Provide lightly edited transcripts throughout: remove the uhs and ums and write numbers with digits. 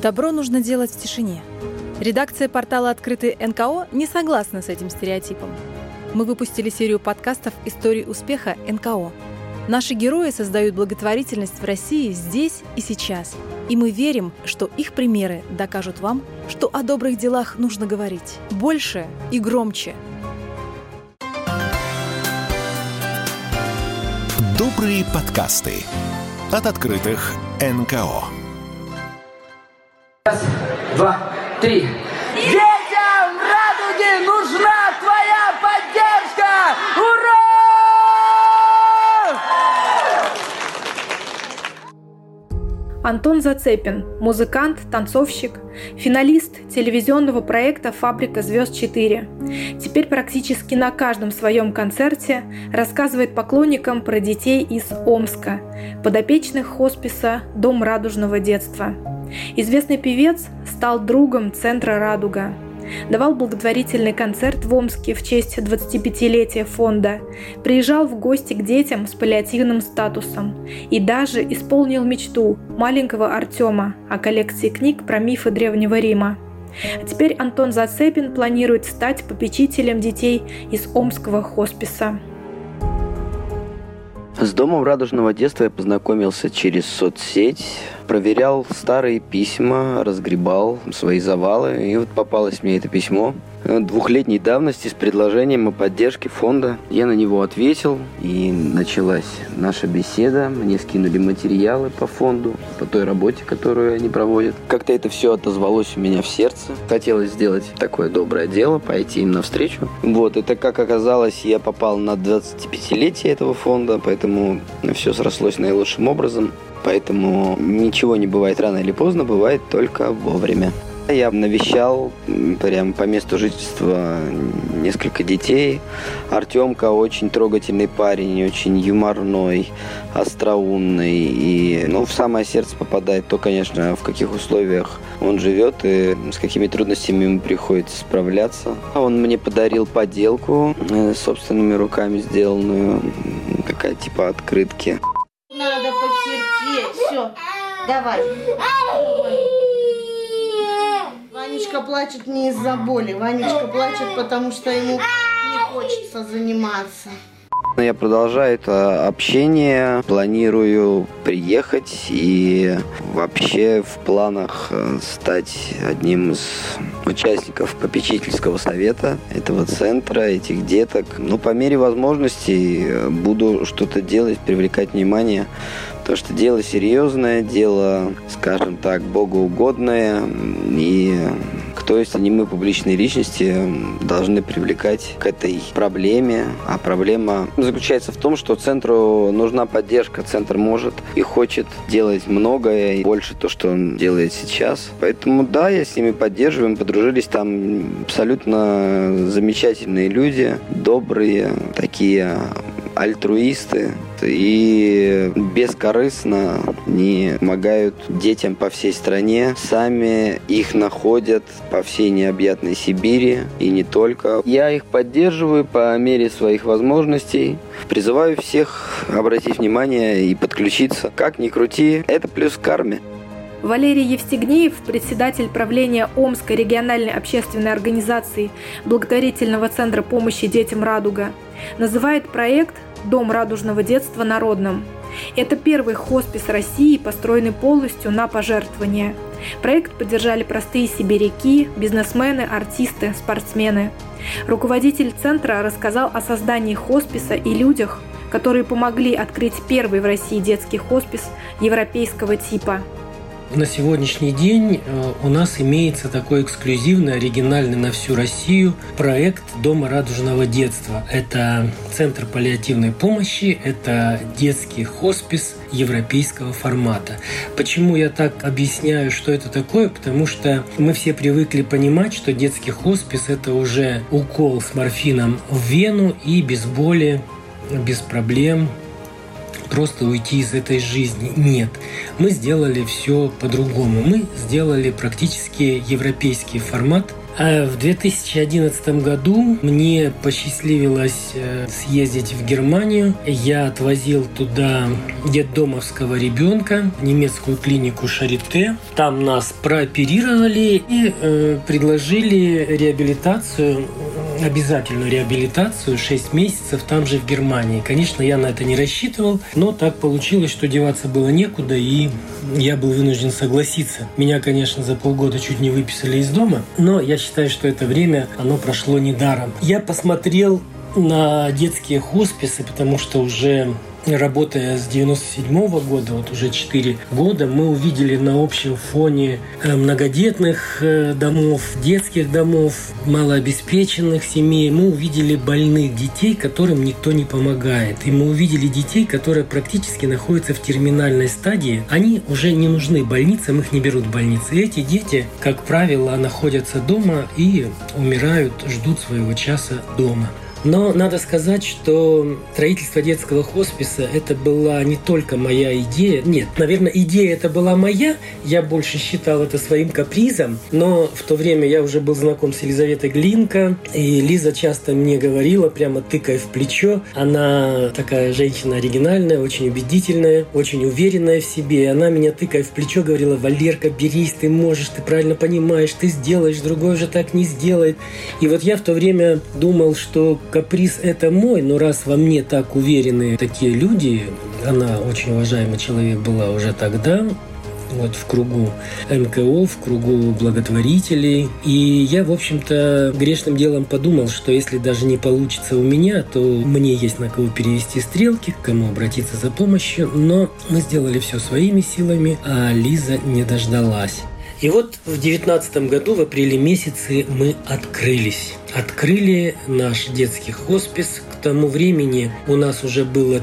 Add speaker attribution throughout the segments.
Speaker 1: Добро нужно делать в тишине. Редакция портала «Открытый НКО» не согласна с этим стереотипом. Мы выпустили серию подкастов «Истории успеха НКО». Наши герои создают благотворительность в России здесь и сейчас. И мы верим, что их примеры докажут вам, что о добрых делах нужно говорить больше и громче.
Speaker 2: Добрые подкасты от «Открытых НКО».
Speaker 3: Раз, два, три. Детям радуги нужна твоя поддержка! Ура!
Speaker 4: Антон Зацепин – музыкант, танцовщик, финалист телевизионного проекта «Фабрика звезд 4». Теперь практически на каждом своем концерте рассказывает поклонникам про детей из Омска, подопечных хосписа «Дом радужного детства». Известный певец стал другом центра «Радуга». Давал благотворительный концерт в Омске в честь 25-летия фонда, приезжал в гости к детям с паллиативным статусом и даже исполнил мечту маленького Артема о коллекции книг про мифы Древнего Рима. А теперь Антон Зацепин планирует стать попечителем детей из омского хосписа.
Speaker 5: С Домом радужного детства я познакомился через соцсеть, проверял старые письма, разгребал свои завалы, и вот попалось мне это письмо 2-летней давности с предложением о поддержке фонда. Я на него ответил, и началась наша беседа. Мне скинули материалы по фонду, по той работе, которую они проводят. Как-то это все отозвалось у меня в сердце. Хотелось сделать такое доброе дело, пойти им навстречу. Вот, это, как оказалось, я попал на 25-летие этого фонда, поэтому все срослось наилучшим образом. Поэтому ничего не бывает рано или поздно, бывает только вовремя. Я навещал прямо по месту жительства несколько детей. Артемка очень трогательный парень, очень юморной, остроумный. И в самое сердце попадает то, конечно, в каких условиях он живет и с какими трудностями ему приходится справляться. Он мне подарил поделку, собственными руками сделанную, такая типа открытки.
Speaker 6: Надо потерпеть. Все, давай. Ванечка плачет не из-за боли. Ванечка плачет, потому что ему не хочется заниматься.
Speaker 5: Я продолжаю это общение, планирую приехать и вообще в планах стать одним из участников попечительского совета этого центра, этих деток. По мере возможностей буду что-то делать, привлекать внимание, потому что дело серьезное, дело, скажем так, богоугодное, и кто, если не мы, публичные личности, должны привлекать к этой проблеме. А проблема заключается в том, что центру нужна поддержка. Центр может и хочет делать многое, и больше то, что он делает сейчас. Поэтому да, я с ними поддерживаю, мы подружились, там абсолютно замечательные люди, добрые, такие альтруисты, и бескорыстно они помогают детям по всей стране. Сами их находят по всей необъятной Сибири и не только. Я их поддерживаю по мере своих возможностей. Призываю всех обратить внимание и подключиться. Как ни крути, это плюс к карме.
Speaker 4: Валерий Евстигнеев, председатель правления Омской региональной общественной организации благотворительного центра помощи детям «Радуга», называет проект «Дом радужного детства» народным. Это первый хоспис России, построенный полностью на пожертвования. Проект поддержали простые сибиряки, бизнесмены, артисты, спортсмены. Руководитель центра рассказал о создании хосписа и людях, которые помогли открыть первый в России детский хоспис европейского типа.
Speaker 7: На сегодняшний день у нас имеется такой эксклюзивный, оригинальный на всю Россию проект Дома радужного детства. Это центр паллиативной помощи, это детский хоспис европейского формата. Почему я так объясняю, что это такое? Потому что мы все привыкли понимать, что детский хоспис – это уже укол с морфином в вену и без боли, без проблем, просто уйти из этой жизни. Нет. Мы сделали все по-другому. Мы сделали практически европейский формат В 2011 году мне посчастливилось съездить в Германию. Я отвозил туда детдомовского ребенка в немецкую клинику Шарите. Там нас прооперировали и предложили реабилитацию, обязательную реабилитацию 6 месяцев там же в Германии. Конечно, я на это не рассчитывал, но так получилось, что деваться было некуда, и я был вынужден согласиться. Меня, конечно, за полгода чуть не выписали из дома, но я считаю, что это время, оно прошло недаром. Я посмотрел на детские хосписы, потому что уже работая с 97 года, вот уже 4 года, мы увидели на общем фоне многодетных домов, детских домов, малообеспеченных семей, мы увидели больных детей, которым никто не помогает. И мы увидели детей, которые практически находятся в терминальной стадии. Они уже не нужны больницам, их не берут в больницы. И эти дети, как правило, находятся дома и умирают, ждут своего часа дома. Но надо сказать, что строительство детского хосписа – это была не только моя идея. Нет, наверное, идея это была моя. Я больше считал это своим капризом. Но в то время я уже был знаком с Елизаветой Глинка. И Лиза часто мне говорила, прямо тыкая в плечо. Она такая женщина оригинальная, очень убедительная, очень уверенная в себе. И она меня, тыкая в плечо, говорила: «Валерка, берись, ты можешь, ты правильно понимаешь, ты сделаешь, другой же так не сделает». И вот я в то время думал, что каприз – это мой, но раз во мне так уверены такие люди, она очень уважаемый человек была уже тогда, вот в кругу НКО, в кругу благотворителей. И я, в общем-то, грешным делом подумал, что если даже не получится у меня, то мне есть на кого перевести стрелки, к кому обратиться за помощью. Но мы сделали все своими силами, а Лиза не дождалась. И вот в 2019 году, в апреле месяце, мы открыли наш детский хоспис. К тому времени у нас уже было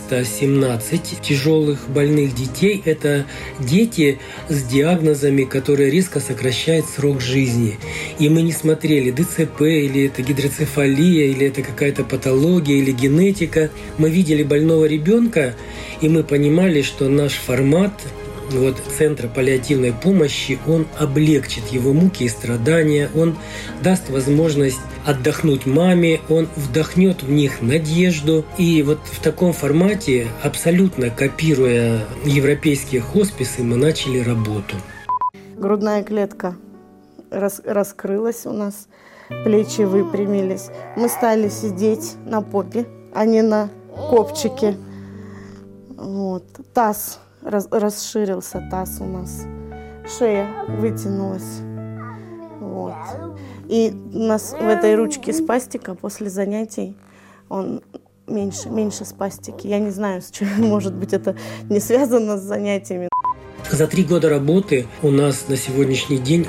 Speaker 7: 317 тяжелых больных детей. Это дети с диагнозами, которые резко сокращают срок жизни. И мы не смотрели ДЦП, или это гидроцефалия, или это какая-то патология, или генетика. Мы видели больного ребенка, и мы понимали, что наш формат Центра паллиативной помощи, он облегчит его муки и страдания, он даст возможность отдохнуть маме, он вдохнет в них надежду. И вот в таком формате, абсолютно копируя европейские хосписы, мы начали работу.
Speaker 6: Грудная клетка раскрылась у нас, плечи выпрямились. Мы стали сидеть на попе, а не на копчике. Таз расширился, таз у нас, шея вытянулась. И у нас в этой ручке спастика после занятий, он меньше спастики. Я не знаю, с чем, может быть, это не связано с занятиями.
Speaker 7: За 3 года работы у нас на сегодняшний день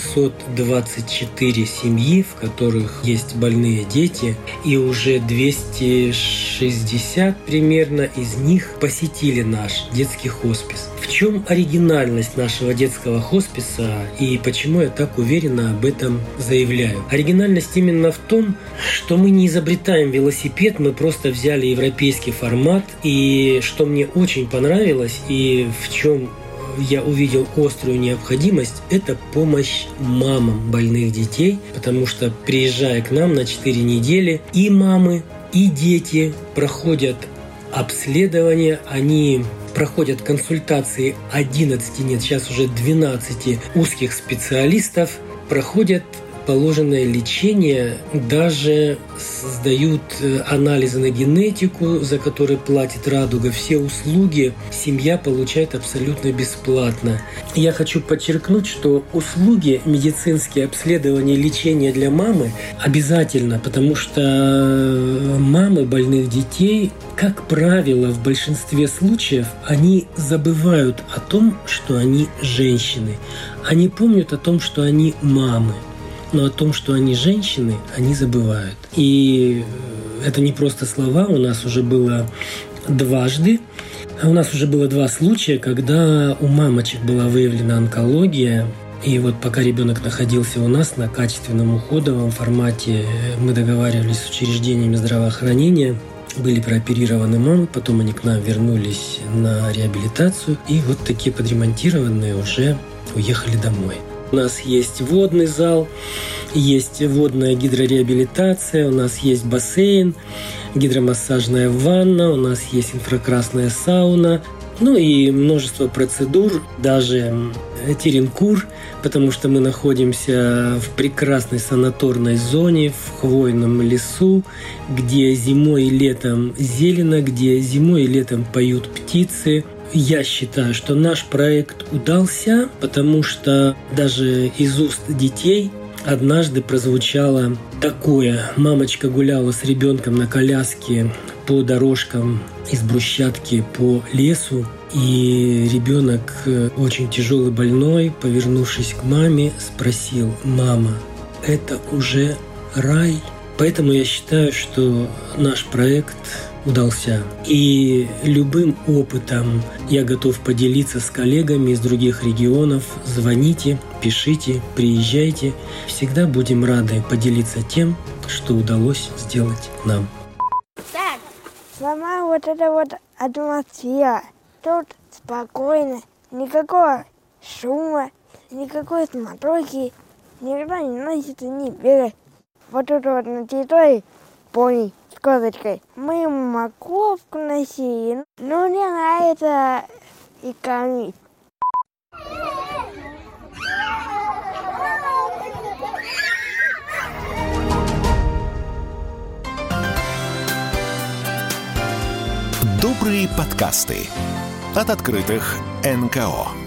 Speaker 7: 824 семьи, в которых есть больные дети, и уже 260 примерно из них посетили наш детский хоспис. В чем оригинальность нашего детского хосписа и почему я так уверенно об этом заявляю? Оригинальность именно в том, что мы не изобретаем велосипед, мы просто взяли европейский формат, и что мне очень понравилось и в чем я увидел острую необходимость, это помощь мамам больных детей, потому что, приезжая к нам на 4 недели, и мамы, и дети проходят обследования, они проходят консультации 11, сейчас уже 12 узких специалистов, проходят положенное лечение, даже сдают анализы на генетику, за которые платит «Радуга». Все услуги семья получает абсолютно бесплатно. Я хочу подчеркнуть, что услуги медицинские, обследования, лечения для мамы обязательно, потому что мамы больных детей, как правило, в большинстве случаев, они забывают о том, что они женщины. Они помнят о том, что они мамы. Но о том, что они женщины, они забывают. И это не просто слова. У нас уже было дважды. У нас уже было 2 случая, когда у мамочек была выявлена онкология. И вот пока ребенок находился у нас на качественном уходовом формате, мы договаривались с учреждениями здравоохранения. Были прооперированы мамы, потом они к нам вернулись на реабилитацию. И вот такие подремонтированные уже уехали домой. У нас есть водный зал, есть водная гидрореабилитация, у нас есть бассейн, гидромассажная ванна, у нас есть инфракрасная сауна, и множество процедур, даже теренкур, потому что мы находимся в прекрасной санаторной зоне, в хвойном лесу, где зимой и летом зелено, где зимой и летом поют птицы. Я считаю, что наш проект удался, потому что даже из уст детей однажды прозвучало такое. Мамочка гуляла с ребенком на коляске по дорожкам из брусчатки по лесу, и ребенок, очень тяжелый, больной, повернувшись к маме, спросил: «Мама, это уже рай?» Поэтому я считаю, что наш проект удался. И любым опытом я готов поделиться с коллегами из других регионов. Звоните, пишите, приезжайте. Всегда будем рады поделиться тем, что удалось сделать нам.
Speaker 8: Сама вот эта вот атмосфера. Тут спокойно, никакого шума, никакой суматохи, никогда не носится, не бегает. Вот тут вот на территории пони с козочкой. Мы морковку носили, но мне нравится и кормить.
Speaker 2: Добрые подкасты от открытых НКО.